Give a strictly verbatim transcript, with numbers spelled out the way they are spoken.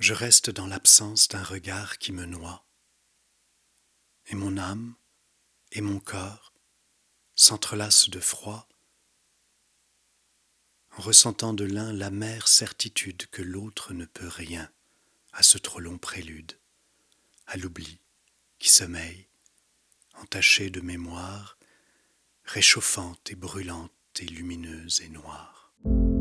Je reste dans l'absence d'un regard qui me noie, et mon âme et mon corps s'entrelacent de froid, en ressentant de l'un l'amère certitude que l'autre ne peut rien à ce trop long prélude, à l'oubli qui sommeille, entaché de mémoire, réchauffante et brûlante et lumineuse et noire.